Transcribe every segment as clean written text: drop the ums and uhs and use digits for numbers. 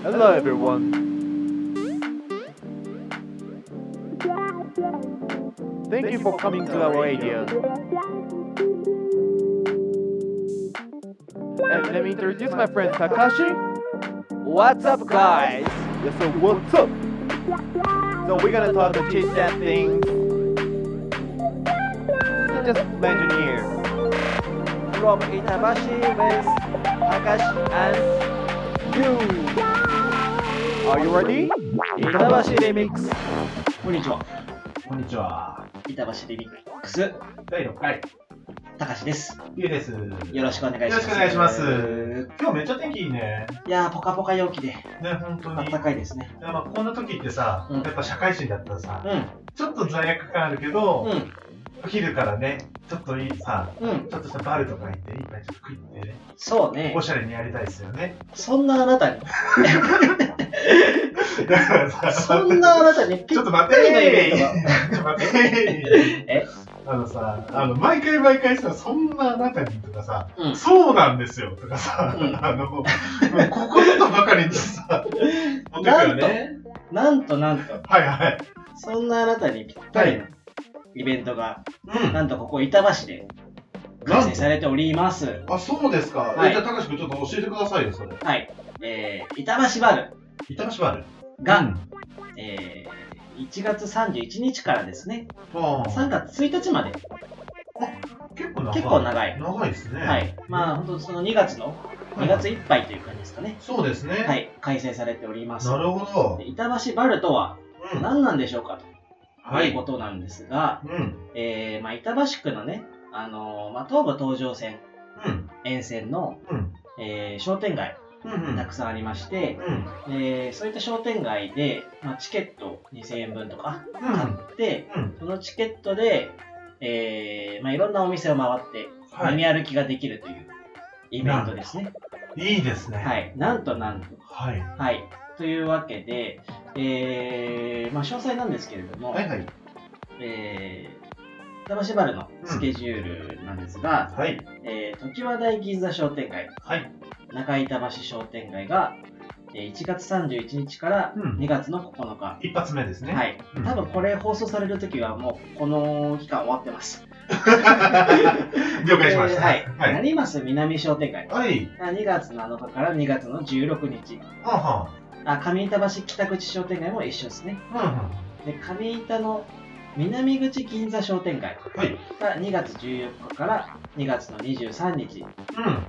Hello everyone. Thank you for coming to our area. And let me introduce my friend Takashi. What's up, guys? Yes, so what's up? So we're gonna talk to chit chat things. So just mention here. From Itabashi with Takashi and you. Are you ready? Itabashi Remix。 こんにちは。こんにちは。 板橋リミックス、 第6回、 Takashiです。 ゆうです。 よろしくお願いします。 よろしくお願いします。今日めっちゃ天気いいね。 いやー、ポカポカ陽気で。 ね、本当に。 暖かいですね。 いや、まあ、こんな時ってさ、やっぱ社会人だったらさ、 うん。 ちょっと罪悪感あるけど、 うん。 お昼からね、ちょっといいさ、 うん。 ちょっとしたバルとか行って一杯ちょっと食ってね、 そうね。 おしゃれにやりたいですよね。 そんなあなたに。 だからさ、 そんなあなたにぴっちょっと待ってたりのイベントが。 ちょっと待ってえさ、毎回さ、そんなあなたにとかさ、 うん。 そうなんですよとかさ、 うんもうここぞとばかりにさ、持ってくよね。 なんと、 はいはい。 そんなあなたにぴったりのイベントが、 うん。 なんとここ板橋で開催されております。 あ、そうですか。 はいじゃあ、高橋君ちょっと教えてくださいよ、それ。 はい。板橋バル板橋バル。 が、 うん 1月31日からですね、 あ 3月1日まで、 結構長い。 結構長い。 長いですね。 はい。まあ、本当その2月いっぱいという感じですかね。 そうですね。 はい。開催されております。 なるほど。 で板橋バルとはうん。 何なんでしょうかというはい。 ことなんですが、 うん。 まあ、板橋区のね、まあ、東武東上線うん。 沿線の、 うん。 商店街うん。 たくさんありまして、そういった商店街で、まあ、チケット2000円分とか買って、 うん。 そのチケットで、まあ、いろんなお店を回ってはい。 飲み歩きができるというイベントですね。 いいですね。 はい。なんと、 はい。 はい。というわけで、まあ、詳細なんですけれども、 はいはい。 板橋バルのスケジュールなんですが、 はい。 常盤台銀座商店街、 はい。 中板橋商店街が、1月31日からうん 2月の9日。 一発目ですね。 はい。 うん多分これ放送されるときはもうこの期間終わってます。 了解しました。 はい。 はい。 成増南商店街はい。 が2月7日から2月の16日。 は上板橋北口商店街も一緒ですね。 んはん。 で、上板の南口銀座商店街はい。 が2月14日から2月の23日。 うん。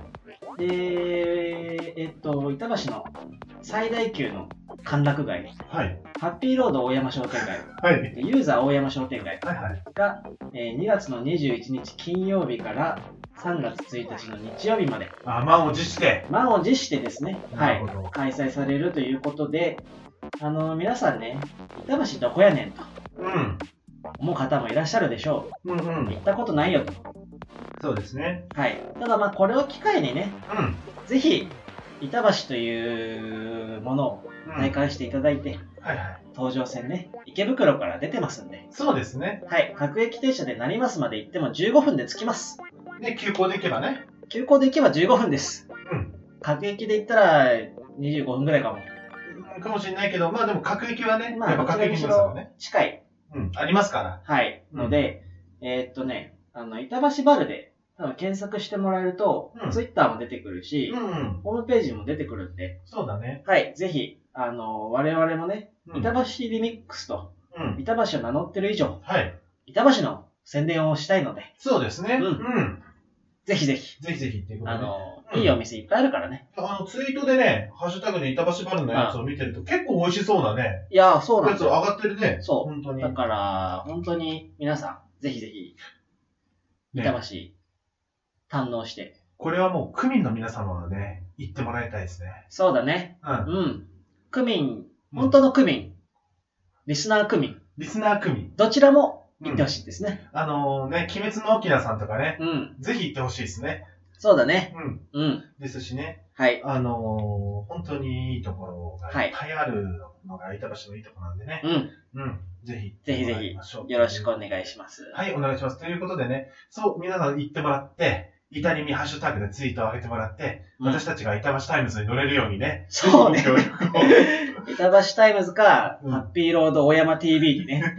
で、板橋の最大級の歓楽街、 はい。 ハッピーロード大山商店街、 はい。 ユーザー大山商店街はいはい。 が、2月の21日金曜日から3月1日の日曜日まで、 満を持して。 満を持してですね、はないるほど、 開催されるということで、皆さんね、板橋どこやねんとうん。 思う方もいらっしゃるでしょうんうう。 ん。 行ったことないよと。 そうですね。 はい。ただまあこれを機会にね、 うん。 ぜひ、板橋というものを体感していただいて、 はいはい。 東上線ね、池袋から出てますんで、 そうですね。 はい、各駅停車で成増まで行っても15分で着きます。 で、休校できればね。 急行で行けば15分です。 うん。 各駅で行ったら25分ぐらいかも。 かもしれないけど、まあでも各駅はね、 まあ、 やっぱ各駅どちらにしろ皆さんもね。 近い。 うん。ありますから。 はい。 うんので、板橋バルで多分検索してもらえると、 うん Twitter も出てくるし、 うん。 ホームページも出てくるんで、 そうだね。 はい、ぜひ、我々もね、 うん板橋リミックスと、 うん。 板橋を名乗ってる以上、 はい。 板橋の宣伝をしたいので、 そうですね。 うんうん。 ぜひぜひ、 ぜひぜひっていうことでね。うんいいお店いっぱいあるからね。 ツイートでね、ハッシュタグで板橋バルのやつを見てると、結構美味しそうなね、 いやー、そうなんですよ。 やつ上がってるね。 そう本当に。 だから、本当に皆さん、ぜひぜひ、 ね板橋、堪能して。 これはもう区民の皆様はね、行ってもらいたいですね。 そうだね。 うん。 うん。区民、本当の区民、リスナー区民、 リスナー区民。 どちらも行ってほしいですね。 ね、鬼滅の沖縄さんとかね、 うん。 ぜひ行ってほしいですね。 そうだね。 うん。 うん。 ですしね、 はい。 本当にいいところがいっぱいあるのが板橋のいいところなんでね。 うん。 うん。ぜひ。 ぜひぜひ、よろしくお願いします。 はい、お願いします。ということでね、そう、皆さん行ってもらって、 イタリミハッシュタグでツイートを上げてもらって、私たちが板橋タイムズに乗れるようにね。 そうね。板橋タイムズか、ハッピーロード大山 TV にね。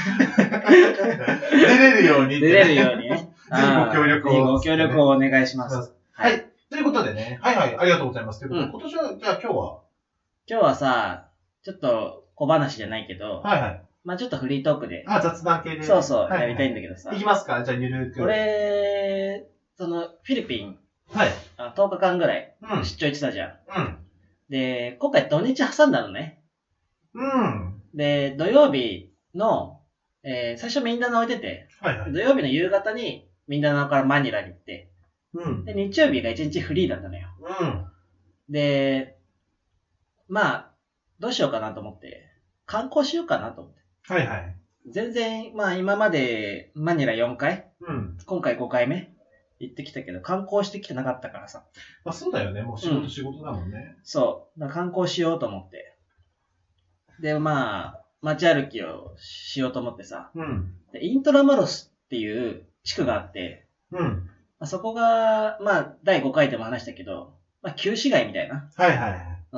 出れるように。 出れるようにね。 ぜひご協力を。 ぜひご協力をお願いします。 はい。ということでね。はいはい。ありがとうございます。ということで、今年は、じゃあ今日は今日はさ、ちょっと小話じゃないけど、 はいはい。 まあちょっとフリートークで。 雑談系で。 そうそう、やりたいんだけどさ。 いきますか？じゃあゆるく。 俺、フィリピン、 はい。 10日間ぐらい出張行ってたじゃん。 うん。 で、今回土日挟んだのね。 うん。 で、土曜日の、最初ミンダナ置いてて、 はいはい。 土曜日の夕方にミンダナからマニラに行って、 うん。 で、日曜日が1日フリーだったのよ。 うん。 で、まあ、どうしようかなと思って、観光しようかなと思って。 はいはい。 全然、まあ今までマニラ4回、 うん。 今回5回目行ってきたけど、観光してきてなかったからさ。 まあそうだよね。もう仕事だもんね。 そう。観光しようと思って。で、まあ、街歩きをしようと思ってさ。 うん。 でイントラマロスっていう地区があって、 うん。 まあ、そこが、まあ、第5回でも話したけど、まあ、旧市街みたいな。 はいはい。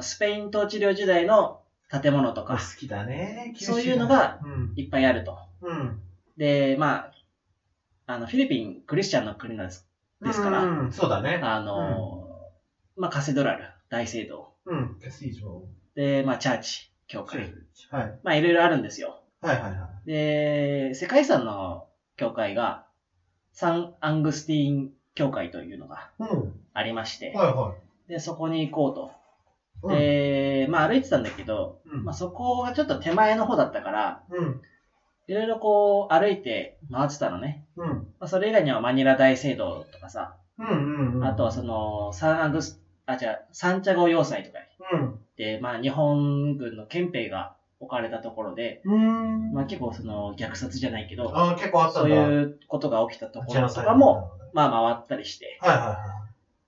スペイン統治領時代の建物とか。 好きだね。 そういうのがいっぱいあると。 うん。 で、まあ、フィリピン、クリスチャンの国なんですから。 うん、そうだね。 まあ、カセドラル、大聖堂。 うん、カシージョ。 で、まあ、チャーチ、教会。 はい。 まあ、いろいろあるんですよ。 はいはいはい。 で、世界遺産の教会が、サン・アングスティーン教会というのがありまして、 はいはい。 で、そこに行こうと。で、まあ歩いてたんだけど、まあそこがちょっと手前の方だったから、いろいろこう歩いて回ってたのね。まあそれ以外にはマニラ大聖堂とかさ、あとはそのサンチャゴ要塞とかで、まあ日本軍の憲兵が置かれたところで、まあ結構その虐殺じゃないけど、 結構あったんだ。 そういうことが起きたところとかも、まあ回ったりして、 はいはいはい。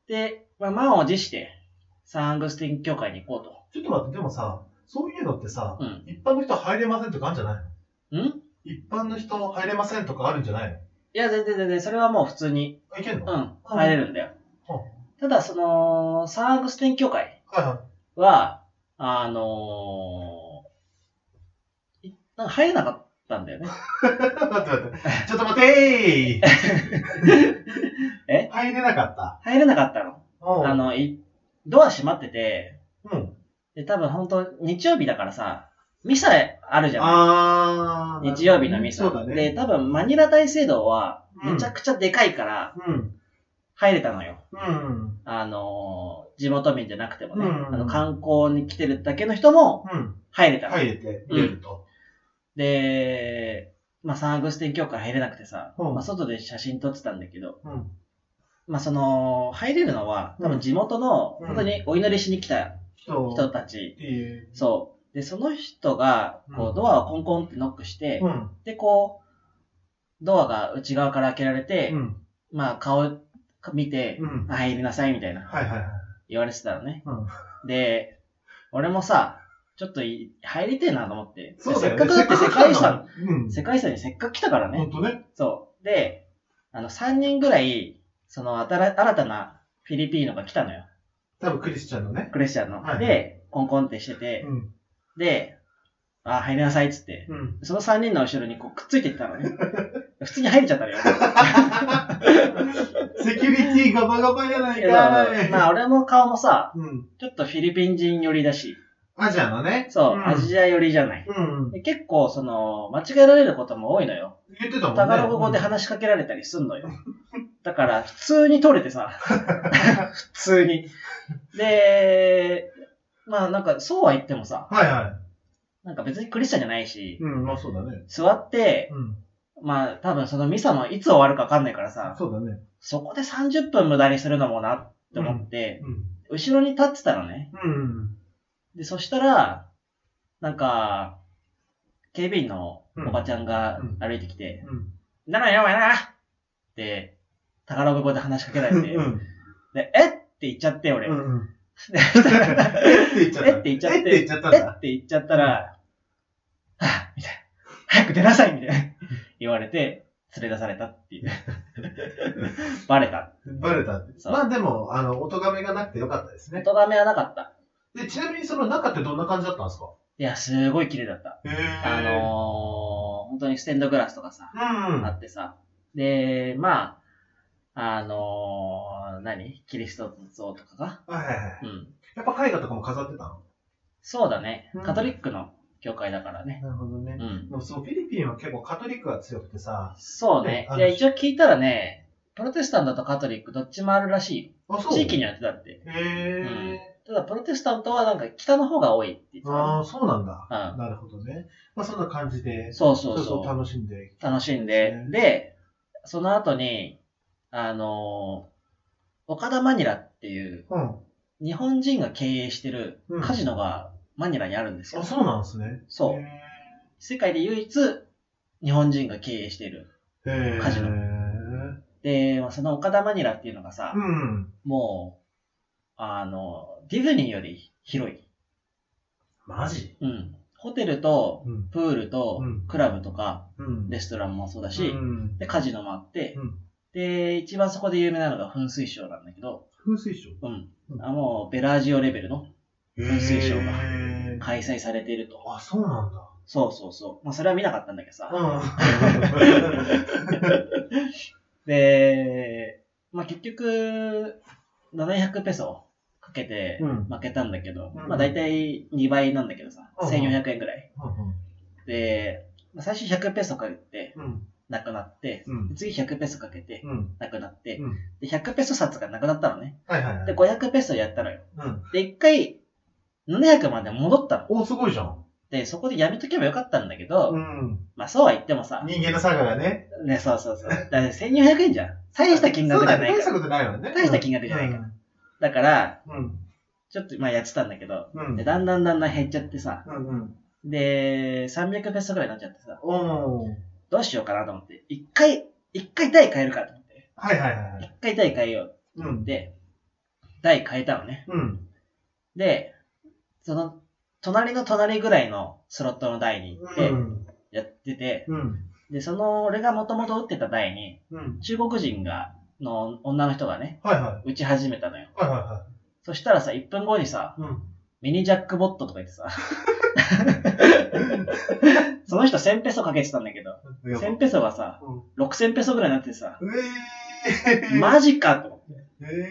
で、まあ満を持して、サンアングスティン教会に行こうと。 ちょっと待って、でもさ、そういうのってさ、一般の人入れませんとかあるんじゃないの？一般の人入れませんとかあるんじゃないの？ いや、全然、それはもう普通に。 いけんの？ 入れるんだよ。ただ、その、サンアングスティン教会は、なんか入れなかったんだよね。 待って。ちょっと待ってー入れなかった。 入れなかったの。ドア閉まってて、で、多分本当日曜日だからさ、ミサあるじゃん。日曜日のミサ。そうだね。で、多分マニラ大聖堂はめちゃくちゃでかいから、入れたのよ。地元民じゃなくてもね、観光に来てるだけの人も入れたの。 入れて、入れると。 で、まあ、サンアグスティン教会入れなくてさ、まあ、外で写真撮ってたんだけど、まあ、その、入れるのは、多分地元の、本当にお祈りしに来た人たち。そう。で、その人が、こう、ドアをコンコンってノックして、で、こう、ドアが内側から開けられて、まあ、顔見て、入りなさい、みたいな。言われてたのね。で、俺もさ、ちょっと入りてえなと思って。せっかくだって世界遺産にせっかく来たからね。 ほんとね。 そう。で、3人ぐらい、その新たなフィリピーノが来たのよ。 多分クリスチャンのね。 クリスチャンの。で、コンコンってしてて、で、入りなさいっつって、その3人の後ろにこうくっついていったのね。普通に入れちゃったのよ。 セキュリティガバガバじゃないかい。 まあ俺も顔もさ、ちょっとフィリピン人寄りだし。 アジアのね。 そう、アジア寄りじゃない。結構その、間違えられることも多いのよ。 言ってたもんね。 タガログ語で話しかけられたりすんのよ。だから普通に取れてさ、普通に。で、まあなんかそうは言ってもさ、なんか別にクリスチャンじゃないし、 まあそうだね。 座って、まあ多分そのミサもいつ終わるか分かんないからさ、 そうだね。 そこで30分無駄にするのもなって思って、後ろに立ってたのね。で、そしたら、なんか、警備員のおばちゃんが歩いてきて、ならよ、お前なって、タガログ語で話しかけられて、で、えって言っちゃって俺。えって言っちゃったら、はぁみたいな。早く出なさいみたいな。言われて、 連れ出されたっていう。バレた。 バレたって。まあでも、お咎めがなくてよかったですね。 お咎めはなかった。 で、ちなみにその中ってどんな感じだったんですか？ いや、すごい綺麗だった。本当にステンドグラスとかさ、あってさ。で、まあ、キリスト像とかが。 はいはいはい。うん。やっぱ絵画とかも飾ってたの？ そうだね。カトリックの教会だからね。 なるほどね。うん。でもそう、フィリピンは結構カトリックが強くてさ。 そうね。で、一応聞いたらね、プロテスタントとカトリックどっちもあるらしいよ。あ、そう？地域によってだって。ただ、プロテスタントはなんか北の方が多いって言ってた、ね。 ああ、そうなんだ。うん。なるほどね。まあそんな感じで。 そう楽しんで。 で、その後に、岡田マニラっていう、日本人が経営してるカジノがマニラにあるんですよ。 あ、そうなんですね。 そう。世界で唯一日本人が経営してるカジノ。で、その岡田マニラっていうのがさ、もう、ディズニーより広い。 マジ？ うん。ホテルと、プールと、クラブとか、レストランもそうだし、で、カジノもあって、で、一番そこで有名なのが噴水ショーなんだけど、 噴水ショー？ もう、ベラージオレベルの噴水ショーが開催されていると。 あ、そうなんだ。 そう。まあ、それは見なかったんだけどさ。で、まあ、結局、700ペソかけて負けたんだけど、まあ大体2倍なんだけどさ、1400円くらい。で、最初100ペソかけて、なくなって、次100ペソかけて、なくなって、で、100ペソ札がなくなったのね。で、500ペソやったのよ。で、一回、700まで戻ったの。 お、すごいじゃん。 で、そこでやめとけばよかったんだけど、まあそうは言ってもさ。 人間の差ががね。 ね、そう。だから1400円じゃん。大した金額じゃないから。 大したことないわね。 大した金額じゃないから。だから、ちょっとまあやってたんだけど、でだんだん減っちゃってさ、で、300ペソぐらいになっちゃってさ、どうしようかなと思って、一回台変えるかと思って。一回台変えようと思って、台変えたのね。で、その、隣の隣ぐらいのスロットの台に行って、やってて、で、俺がもともと打ってた台に、中国人の女の人がね、打ち始めたのよ。そしたらさ、1分後にさ、ミニジャックボットとか言ってさ、その人1000ペソかけてたんだけど、1000ペソがさ、6000ペソぐらいになってさ、マジかと思って。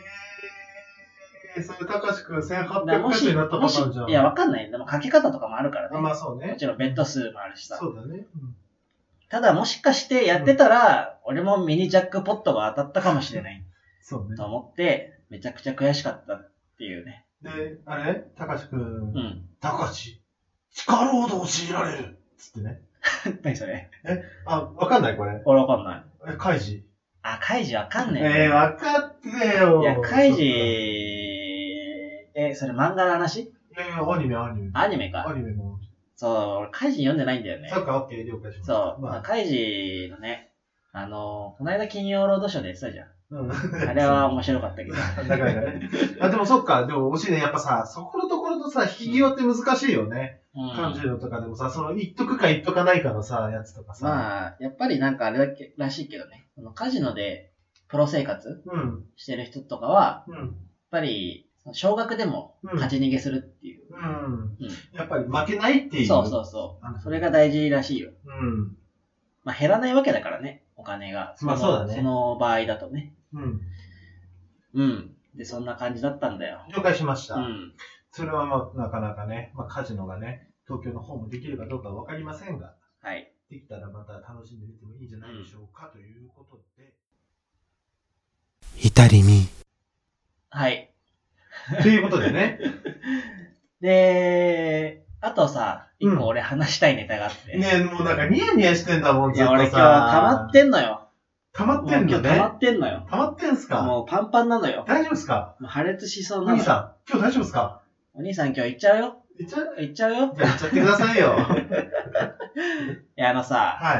それ、たかしくん1800ペソになったパターンじゃん。 いや、わかんない。でも、かけ方とかもあるからね。 まあそうね。 もちろん、ベッド数もあるしさ。 そうだね。 ただ、もしかしてやってたら、俺もミニジャックポットが当たったかもしれない。 そうね。 と思って、めちゃくちゃ悔しかったっていうね。 で、あれたかしくん。たかし、地下労働を強いられるつってね。 何それ？ わかんないこれ。 俺わかんない。 カイジ。 カイジわかんねえ。 わかってよ。 いや、カイジ、それ漫画の話？ アニメ。 アニメか。 アニメも。 そう、俺カイジ読んでないんだよね。 そっか、オッケー、了解しました。 そう、カイジのね、この間金曜ロードショーでやってたじゃん。あれは面白かったけど。 なかなかね。でもそっか、でも惜しいね。やっぱさ、そこのところとさ、引き際って難しいよね。感じるのとかでもさ、言っとくか言っとかないかのさ、やつとかさ。 まあ、やっぱりなんかあれだけらしいけどね。カジノでプロ生活してる人とかは、やっぱり、少額でも勝ち逃げするっていう。 やっぱり負けないっていう。 そう。それが大事らしいよ。まあ減らないわけだからね、お金が。 まあそうだね。 その場合だとね。で、そんな感じだったんだよ。 了解しました。それはまあなかなかね、カジノがね、東京の方もできるかどうかわかりませんが、 はい。 できたらまた楽しんでみてもいいんじゃないでしょうか、ということで。 ひたりみ。 はい。 ということでね。 で、あとさ、一個俺話したいネタがあって。 ねえ、もうなんかニヤニヤしてんだもん、 ずっとさ。いや、俺今日溜まってんのよ。 溜まってんのね。 今日溜まってんのよ。 溜まってんすか？ もうパンパンなのよ。 大丈夫っすか？ もう破裂しそうなの。 お兄さん、今日大丈夫っすか？ お兄さん今日行っちゃうよ。 行っちゃう？ 行っちゃうよ。 じゃあ行っちゃってくださいよ。 いや、さ、 はい。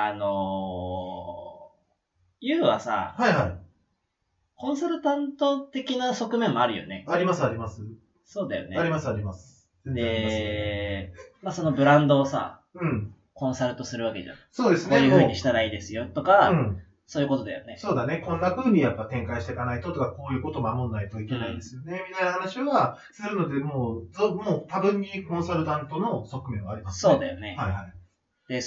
ユウはさ、 はい。 コンサルタント的な側面もあるよね。 あります。 そうだよね。 あります。 で、まあそのブランドをさ、 コンサルトするわけじゃん。 そうですね。 こういう風にしたらいいですよとか、そういうことだよね。 そうだね。こんな風にやっぱ展開していかないととか、こういうことを守んないといけないですよね。みたいな話はするので、もう多分にコンサルタントの側面はありますね。 そうだよね。 はいはい。 で、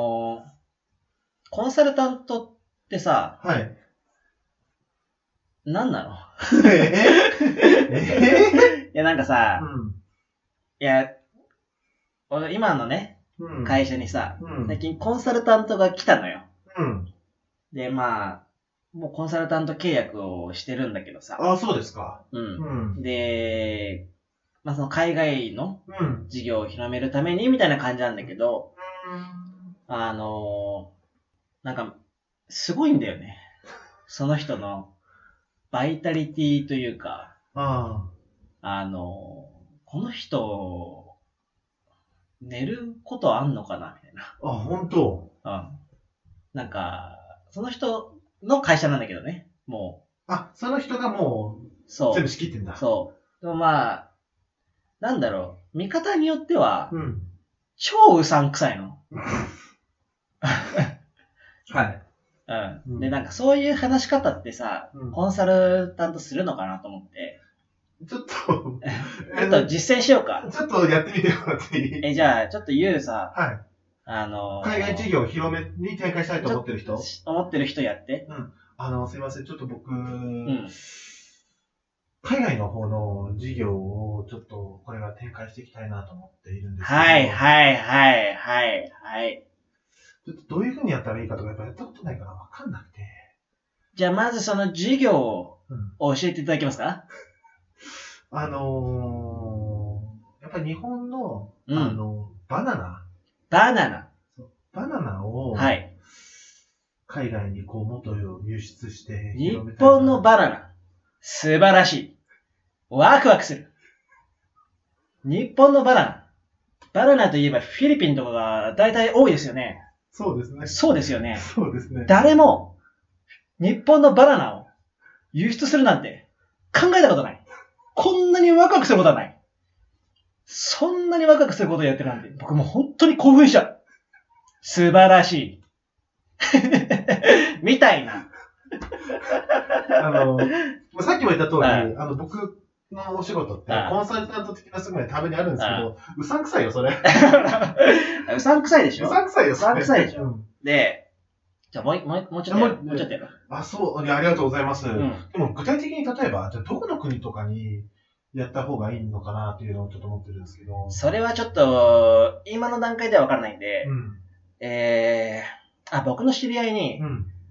コンサルタントってさ、 はい。 何なのいや、なんかさ、いや、俺今のね、会社にさ、最近コンサルタントが来たのよ。で、まあ、もうコンサルタント契約をしてるんだけどさ。 ああ、そうですか。 で、まあその海外の事業を広めるためにみたいな感じなんだけど、なんか、すごいんだよね。その人のバイタリティというか、この人、寝ることあんのかなみたいな。 あ、本当。 なんか、その人の会社なんだけどね。もう。あ、その人がもう、全部仕切ってんだ。 そう。でもまあ、なんだろう。見方によっては、超うさんくさいの。 はい。 で、なんかそういう話し方ってさ、コンサルタントするのかなと思って。 ちょっと実践しようか。 ちょっとやってみてもらっていい？ じゃあ、ちょっと言うさ、 海外事業を広めに展開したいと思ってる人？ 思ってる人やって。 すいません、ちょっと僕、海外の方の事業をちょっとこれが展開していきたいなと思っているんですけど。はい。ちょっとどういう風にやったらいいかとかやっぱやったことないからわかんなくて。 じゃあまずその事業を教えていただけますか？ やっぱり日本の、バナナを、海外にこう元を輸出して広めたい。日本のバナナ。素晴らしい。ワクワクする。日本のバナナ。バナナといえばフィリピンとかが大体多いですよね。 そうですね。 そうですよね。 そうですね。 誰も日本のバナナを輸出するなんて考えたことない。こんなにワクワクすることはない。そんなにワクワクすることをやってるなんて、僕も本当に興奮しちゃう。素晴らしい。みたいな。 さっきも言った通り、僕のお仕事って、コンサルタント的な側面たまにあるんですけど、うさんくさいよ、それ。 うさんくさいでしょ？ うさんくさいよ、 うさんくさいでしょ？で、じゃあもうちょっとやる。 あ、そう、ありがとうございます。でも具体的に例えば、じゃあどこの国とかにやった方がいいのかなっていうのをちょっと思ってるんですけど。 それはちょっと、今の段階ではわからないんで、僕の知り合いに、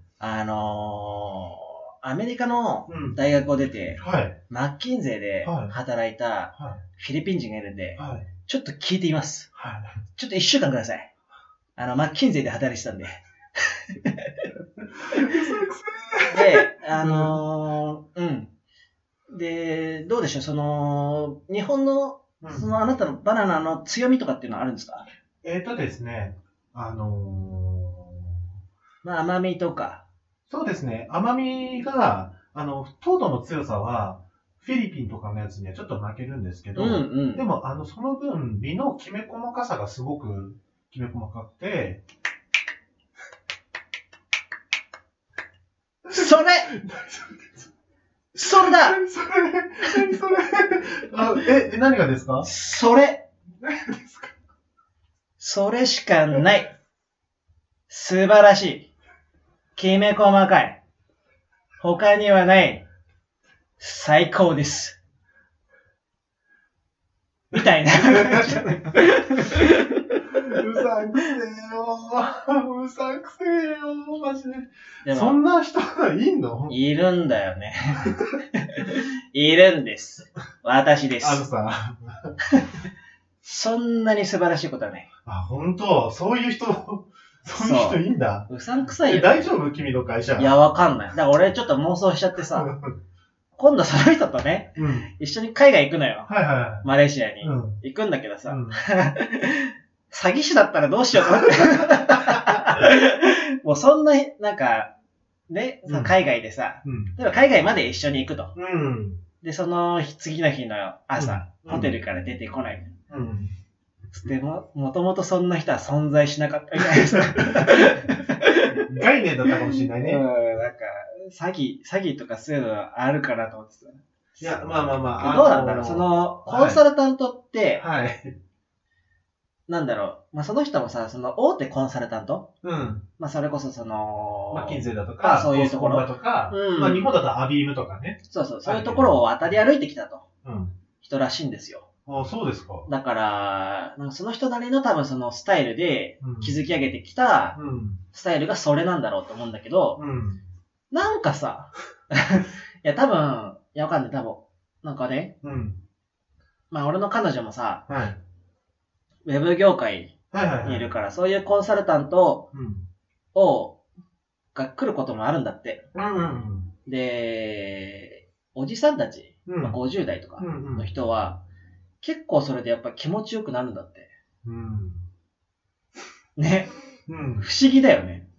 アメリカの大学を出て、マッキンゼーで働いたフィリピン人がいるんで、ちょっと聞いてみます。ちょっと1週間ください。マッキンゼーで働いてたんで。で、どうでしょう、日本の、あなたのバナナの強みとかっていうのはあるんですか？ ですね、 甘みとか。 そうですね。甘みが、糖度の強さは、フィリピンとかのやつにはちょっと負けるんですけど、でも、その分、実のきめ細かさがすごくきめ細かくて、 それだ何それ何がですか？ それそれしかない。素晴らしい。きめ細かい。他にはない。最高です。みたいな。 うさんくせえよ、マジで。そんな人がいんの？ いるんだよね。いるんです。私です。そんなに素晴らしいことはない。 あ、本当？そういう人いいんだ。 うさんくさいよ。 大丈夫？君の会社。 いや、わかんない。だから俺ちょっと妄想しちゃってさ、今度その人とね、一緒に海外行くのよ。マレーシアに。行くんだけどさ、詐欺師だったらどうしようと思って。もうそんな、なんか、ね、海外でさ、例えば海外まで一緒に行くと。で、その次の日の朝、ホテルから出てこない。 でも、もともとそんな人は存在しなかったみたいですか。 概念だったかもしれないね。 なんか、詐欺とかそういうのはあるかなと思ってた。 いや、まあ。 どうなんだろう、その、コンサルタントって、 はい。 なんだろう、まあ、その人もさ、その大手コンサルタントうん。 まあ、それこそその、 まあ、キンゼだとか、 そういうところとか、まあ、日本だとアビームとかね。 そういうところを渡り歩いてきたと。 うん。 人らしいんですよ。 ああ、そうですか。 だから、なんかその人なりの多分そのスタイルで築き上げてきたスタイルがそれなんだろうと思うんだけど、なんかさ、いや多分、いやわかんない、多分、なんかね、まあ俺の彼女もさ、ウェブ業界にいるから、そういうコンサルタントが来ることもあるんだって。で、おじさんたち、まあ、50代とかの人は、結構それでやっぱ気持ちよくなるんだって。ね。不思議だよね。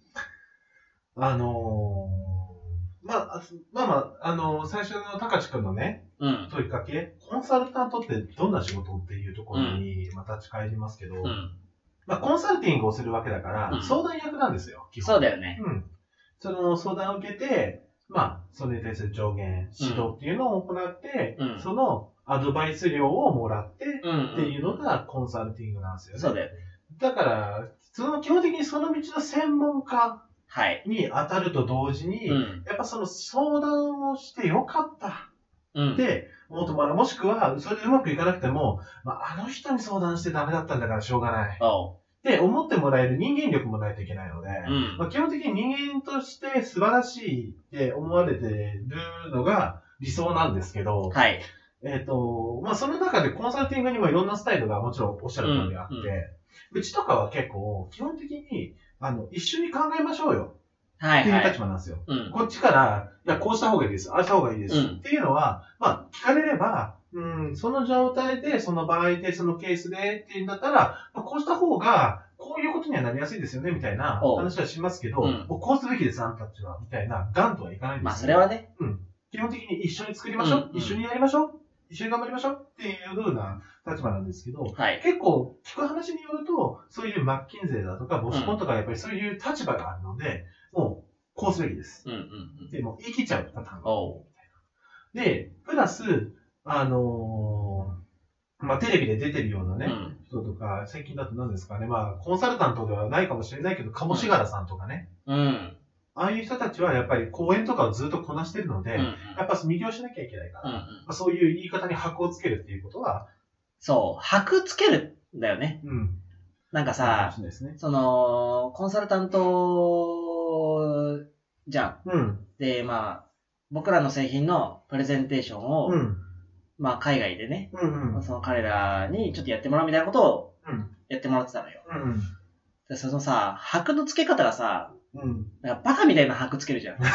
最初の高知くんのね、問いかけ、コンサルタントってどんな仕事っていうところにまた立ち返りますけど、まあ、コンサルティングをするわけだから、相談役なんですよ、基本。 そうだよね。 その相談を受けて、まあ、それに対する助言、指導っていうのを行って、そのアドバイス料をもらってっていうのがコンサルティングなんですよね。 そうだよね。 だから、基本的にその道の専門家に当たると同時に、やっぱその相談をしてよかったって思ってもらう。もしくは、それでうまくいかなくても、まあ、あの人に相談してダメだったんだからしょうがない。って思ってもらえる人間力もないといけないので、まあ、基本的に人間として素晴らしいって思われてるのが理想なんですけど、まあ、その中でコンサルティングにもいろんなスタイルがもちろんおっしゃる通りあって、うちとかは結構、基本的に、一緒に考えましょうよ。っていう立場なんですよ。こっちから、いや、こうした方がいいです。ああした方がいいです。っていうのは、まあ、聞かれれば、その状態で、その場合で、そのケースでっていうんだったら、まあ、こうした方が、こういうことにはなりやすいですよね、みたいな話はしますけど、こうすべきです、あんたたちは、みたいな、ガンとはいかないんですよ。 まあ、それはね。 基本的に一緒に作りましょう。一緒にやりましょう。一緒に頑張りましょうっていう風な立場なんですけど、結構聞く話によると、そういうマッキンゼーだとかボスコンとかやっぱりそういう立場があるので、もうこうすべきです。で、もう言い切っちゃうパターンがみたいな。で、プラス、まあ、テレビで出てるようなね、人とか、最近だと何ですかね、まあ、コンサルタントではないかもしれないけど、鴨志柄さんとかね。ああいう人たちはやっぱり講演とかをずっとこなしてるので、やっぱ魅了しなきゃいけないから、まあ、そういう言い方に箔をつけるっていうことは。 そう、箔つけるんだよね。なんかさ、その、コンサルタントじゃん。で、まあ、僕らの製品のプレゼンテーションを、まあ、海外でね、その彼らにちょっとやってもらうみたいなことをやってもらってたのよ。でそのさ、箔の付け方がさ、なんかバカみたいな箔つけるじゃん。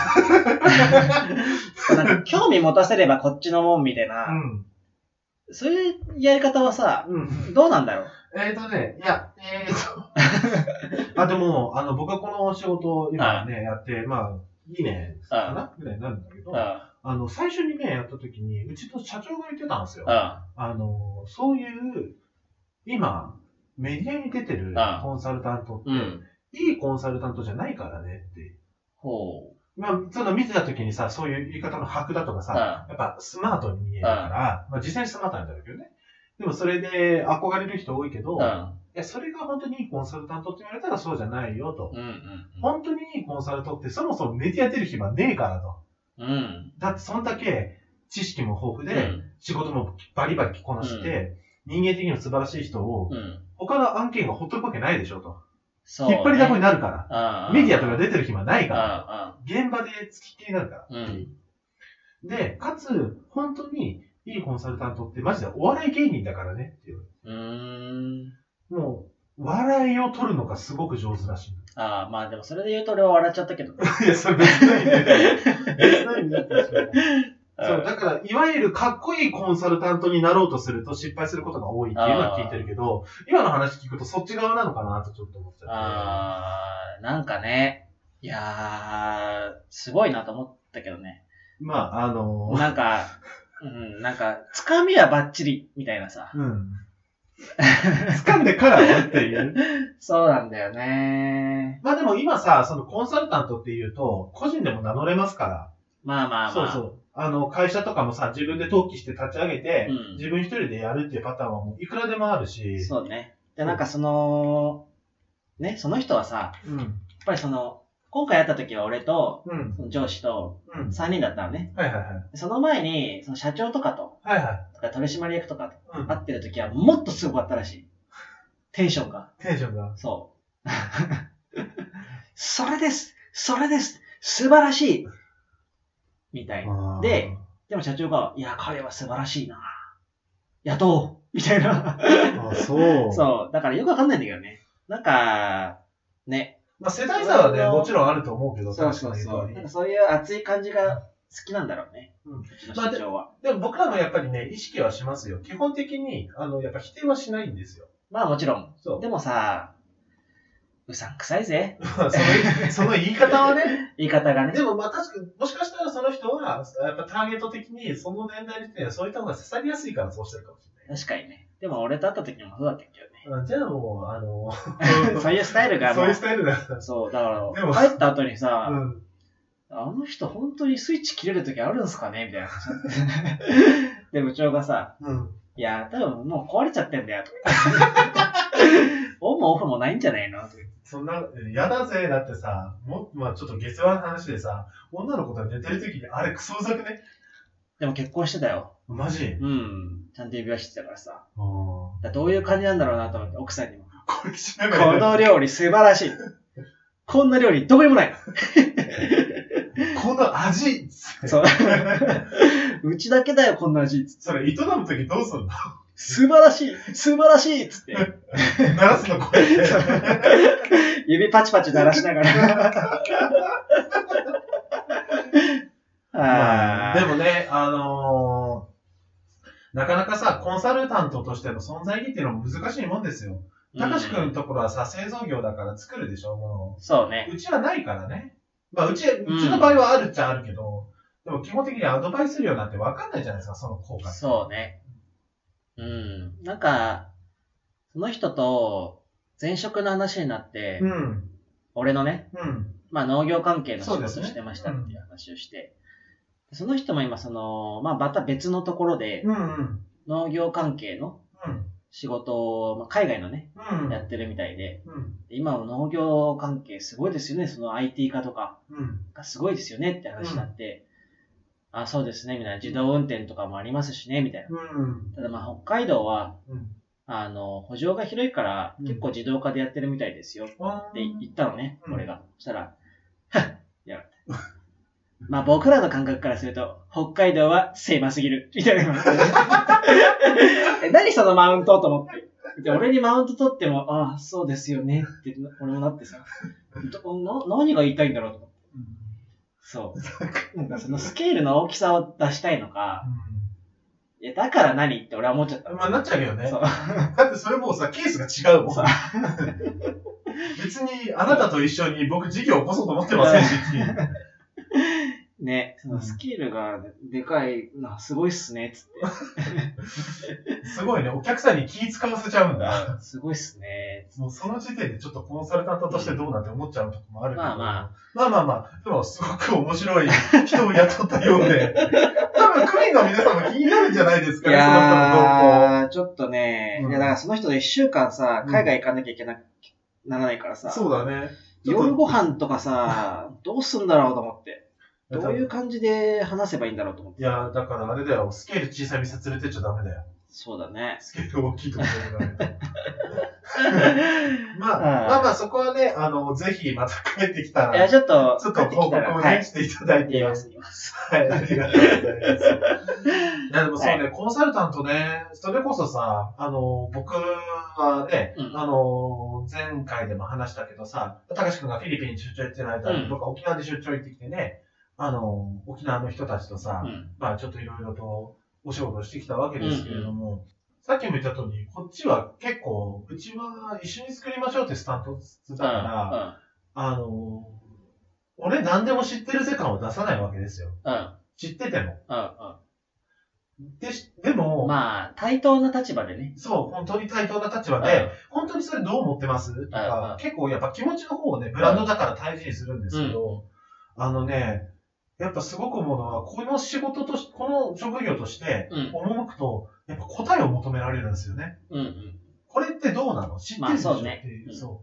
なんか興味持たせればこっちのもんみたいな、そういうやり方はさ、どうなんだろう。 でも、僕はこの仕事を今ね、やって、まあ、2年かなぐらいになるんだけど、最初にね、やった時に、うちの社長が言ってたんですよ。そういう、今、メディアに出てるコンサルタントって、いいコンサルタントじゃないからねって。まあ、その見てた時にさ、そういう言い方の箔だとかさ、やっぱスマートに見えるから、まあ実際にスマートなんだけどね。でもそれで憧れる人多いけど、いや、それが本当にいいコンサルタントって言われたらそうじゃないよと。本当にいいコンサルトってそもそもメディア出る暇ねえからと。だってそんだけ知識も豊富で、仕事もバリバリこなして、人間的にも素晴らしい人を、他の案件がほっとくわけないでしょと。引っ張りだこになるから。メディアとか出てる暇ないから。現場で付きっきりになるから。で、かつ、本当にいいコンサルタントってマジでお笑い芸人だからねっていう。もう、笑いを取るのがすごく上手らしい。 まあでもそれで言うと俺は笑っちゃったけど。 いや、それ別の意味で。別の意味だったでしょ。そう、だから、いわゆるかっこいいコンサルタントになろうとすると失敗することが多いっていうのは聞いてるけど、今の話聞くとそっち側なのかなとちょっと思っちゃって。 なんかね、いやー、すごいなと思ったけどね。 まあ、 なんか、つかみはバッチリみたいなさ。 掴んでからはっていう。 そうなんだよね。 まあでも今さ、そのコンサルタントっていうと、個人でも名乗れますから。 まあまあまあ。 そうそう。会社とかもさ、自分で登記して立ち上げて、自分一人でやるっていうパターンはもういくらでもあるし。 そうね。で、なんかその人はさ、やっぱり今回会った時は俺と、その上司と、3人だったのね。 はいはいはい。 その前に、その社長とかと、 はいはい。 取締役とかと会ってる時はもっとすごかったらしい。テンションが。そう。それです素晴らしいみたいな。でも社長が、いや、彼は素晴らしいな。雇おうみたいな。 そう。 そう。だからよくわかんないんだけどね。なんか、ね。 まあ世代差はね、もちろんあると思うけど、 そう。なんかそういう熱い感じが好きなんだろうね。うちの社長は。 でも僕らもやっぱりね、意識はしますよ。基本的に、やっぱ否定はしないんですよ。 まあもちろん。でもさ、うさんくさいぜ。 その言い方はね。 言い方がね。 でもまあ確かに、もしかしたらその人は、やっぱターゲット的に、その年代にはそういった方が刺さりやすいからそうしてるかもしれない。 確かにね。でも俺と会った時もそうだったけどね。 じゃあもう、そういうスタイルがそういうスタイルだ。 そう、だから、帰った後にさ、あの人本当にスイッチ切れる時あるんすかねみたいな話になって。で、部長がさ、いや、多分もう壊れちゃってんだよ、とか。オンもオフもないんじゃないのそんな、やだぜ。だってさ、まあちょっと下世話な話でさ、女の子と寝てる時にあれクソうざくね。 でも結婚してたよ。 マジ？ うん。ちゃんと指輪してたからさ。どういう感じなんだろうなと思って、奥さんにも。 これしながら。 この料理素晴らしい。こんな料理どこにもない。 この味そう。うちだけだよ、こんな味。 それ、営む時どうすんの？ 素晴らしい素晴らしいつって。 鳴らすのこうやって。 指パチパチ鳴らしながら。 でもね、なかなかさ、コンサルタントとしての存在意義っていうのも難しいもんですよ。たかしくんのところはさ、製造業だから作るでしょ、もの。 そうね。 うちはないからね。まあ、うちの場合はあるっちゃあるけど、でも基本的にアドバイス料なんて分かんないじゃないですか、その効果。 そうね。なんか、その人と前職の話になって、俺のね、まあ農業関係の仕事してましたっていう話をして、その人も今まあまた別のところで、農業関係の仕事を、まあ、海外のね、やってるみたいで、今の農業関係すごいですよね、その IT 化とかがすごいですよねって話になって、あ、そうですね、みたいな自動運転とかもありますしね、みたいな。ただまあ北海道は、補助が広いから結構自動化でやってるみたいですよって言ったのね、俺が。そしたら、やばい。まあ僕らの感覚からすると、北海道は狭すぎる、みたいな。何そのマウントと思って。で俺にマウント取っても、ああ、そうですよねって俺もなってさ、何が言いたいんだろうと思って。そう。なんかそのスケールの大きさを出したいのか、いや、だから何って俺は思っちゃった。 まあなっちゃうよね。だってそれもうさ、ケースが違うもん。別にあなたと一緒に僕事業を起こそうと思ってませんし。 ね、そのスケールがでかいな、すごいっすね、つって。 すごいね、お客さんに気使わせちゃうんだ。 すごいっすね。 もうその時点でちょっとコンサルタントとしてどうなんて思っちゃうとこもあるけど。 まあ。 でもすごく面白い人を雇ったようで。多分クリーンの皆さんも気になるんじゃないですかね、その人の動向。 ちょっとね、いやだからその人で1週間さ、海外行かなきゃいけならないからさ。 そうだね。 夜ご飯とかさ、どうすんだろうと思って。どういう感じで話せばいいんだろうと思って。 いや、だからあれだよ、スケール小さい店連れてっちゃダメだよ。 そうだね。 スケール大きいところでダメだ。まあ、そこはね、ぜひまた帰ってきたら。 いや、ちょっと報告をね、していただいて。 言います。 はい、ありがとうございます。いや、でもそうね、コンサルタントね、それこそさ、僕はね、前回でも話したけどさ、高橋くんがフィリピンに出張行ってる間に、僕は沖縄で出張行ってきてね、沖縄の人たちとさ、まあちょっといろいろとお仕事をしてきたわけですけれども、さっきも言った通り、こっちは結構、うちは一緒に作りましょうってスタンスだから、俺何でも知ってる世界を出さないわけですよ。知ってても。 でも、 まあ、対等な立場でね。 そう、本当に対等な立場で、本当にそれどう思ってますとか、結構やっぱ気持ちの方をね、ブランドだから大事にするんですけど、やっぱすごく思うのは、この仕事とし、この職業として、赴くと、やっぱ答えを求められるんですよね。これってどうなの知ってるでしょっていう。そう。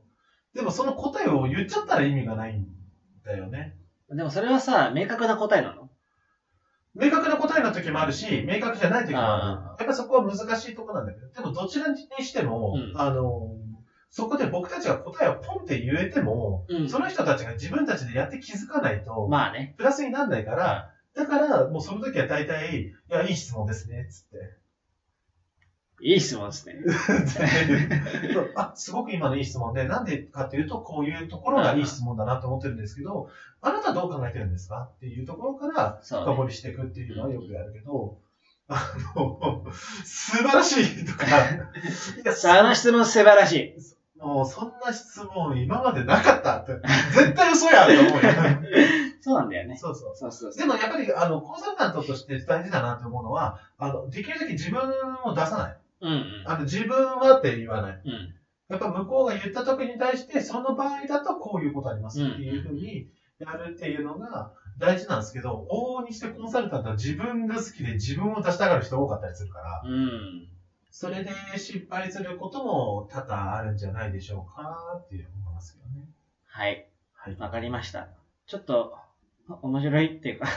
でもその答えを言っちゃったら意味がないんだよね。 でもそれはさ、明確な答えなの？ 明確な答えの時もあるし、明確じゃない時もある。やっぱそこは難しいところなんだけど、でもどちらにしても、そこで僕たちが答えをポンって言えても、その人たちが自分たちでやって気づかないと、 まあね。 プラスにならないから、だからもうその時は大体、いや、いい質問ですね、つって。 いい質問ですね。 すごく今のいい質問で、なんでかっていうと、こういうところがいい質問だなと思ってるんですけど、あなたはどう考えてるんですかっていうところから深掘りしていくっていうのはよくやるけど、素晴らしいとか、 あの質問素晴らしい。 もうそんな質問今までなかったって、絶対嘘やと思うよ。 そうなんだよね。 そう。でもやっぱり、コンサルタントとして大事だなと思うのは、できるだけ自分を出さない。自分はって言わない。やっぱ向こうが言った時に対して、その場合だとこういうことありますっていうふうにやるっていうのが大事なんですけど、往々にしてコンサルタントは自分が好きで自分を出したがる人多かったりするから、それで失敗することも多々あるんじゃないでしょうかっていう思いますよね。 はい。わかりました。ちょっっと、面白いっていうか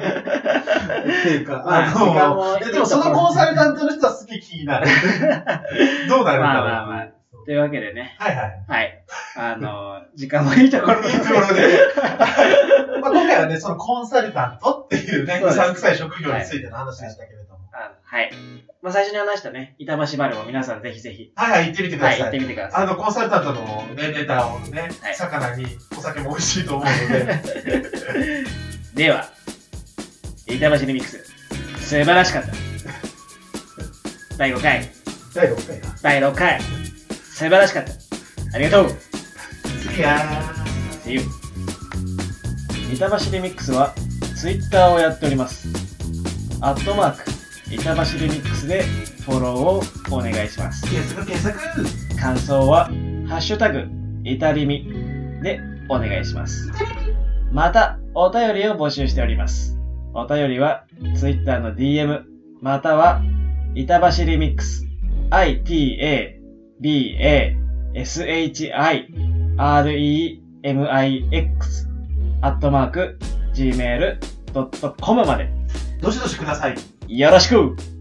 でもそのコンサルタントの人はすげえ気になる。どうなるんだろう。 まあ。というわけでね。 はい。 時間もいいところで。 今回はね、そのコンサルタントっていうね、うさんくさい職業についての話でしたけれども。 はい。最初に話したね、板橋バルも皆さんぜひぜひ。 はい、行ってみてください。 行ってみてください。 コンサルタントのね、ネタをね、魚にお酒も美味しいと思うので。 では、板橋リミックス、素晴らしかった。第5回。第6回。素晴らしかった。ありがとう。 See you. 板橋リミックスは Twitter をやっております。@板橋リミックスでフォローをお願いします。 検索。 感想はハッシュタグイタリミでお願いします。またお便りを募集しております。お便りは Twitter の DM または板橋リミックス ITABASHIREMIX @gmail.com までどしどしください。 よろしく。